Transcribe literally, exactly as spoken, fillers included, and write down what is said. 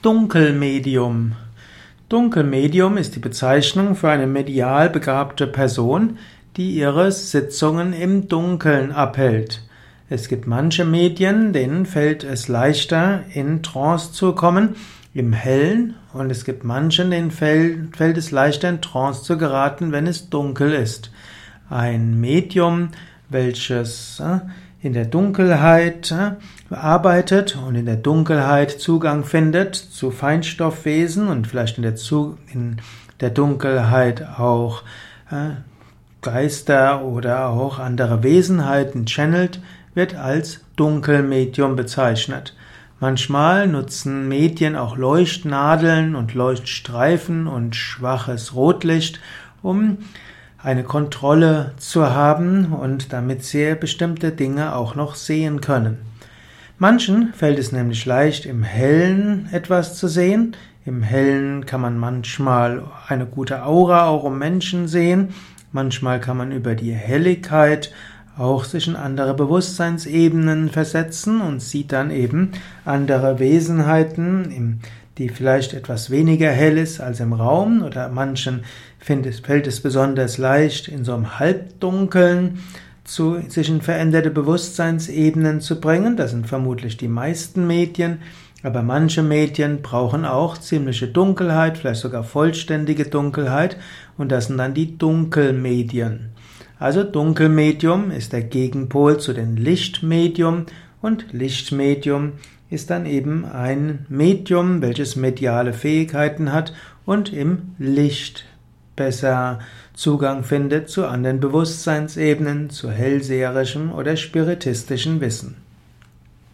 Dunkelmedium. Dunkelmedium ist die Bezeichnung für eine medial begabte Person, die ihre Sitzungen im Dunkeln abhält. Es gibt manche Medien, denen fällt es leichter, in Trance zu kommen, im Hellen, und es gibt manchen, denen fällt, fällt es leichter, in Trance zu geraten, wenn es dunkel ist. Ein Medium, welches in der Dunkelheit arbeitet und in der Dunkelheit Zugang findet zu Feinstoffwesen und vielleicht in der, Zu in der Dunkelheit auch äh, Geister oder auch andere Wesenheiten channelt, wird als Dunkelmedium bezeichnet. Manchmal nutzen Medien auch Leuchtnadeln und Leuchtstreifen und schwaches Rotlicht, um eine Kontrolle zu haben und damit sie bestimmte Dinge auch noch sehen können. Manchen fällt es nämlich leicht, im Hellen etwas zu sehen. Im Hellen kann man manchmal eine gute Aura auch um Menschen sehen. Manchmal kann man über die Helligkeit auch sich in andere Bewusstseinsebenen versetzen und sieht dann eben andere Wesenheiten, die vielleicht etwas weniger hell ist als im Raum, oder manchen fällt es besonders leicht, in so einem Halbdunkeln zu, sich in veränderte Bewusstseinsebenen zu bringen. Das sind vermutlich die meisten Medien, aber manche Medien brauchen auch ziemliche Dunkelheit, vielleicht sogar vollständige Dunkelheit, und das sind dann die Dunkelmedien. Also Dunkelmedium ist der Gegenpol zu den Lichtmedium, und Lichtmedium ist dann eben ein Medium, welches mediale Fähigkeiten hat und im Licht besser Zugang findet zu anderen Bewusstseinsebenen, zu hellseherischem oder spiritistischen Wissen.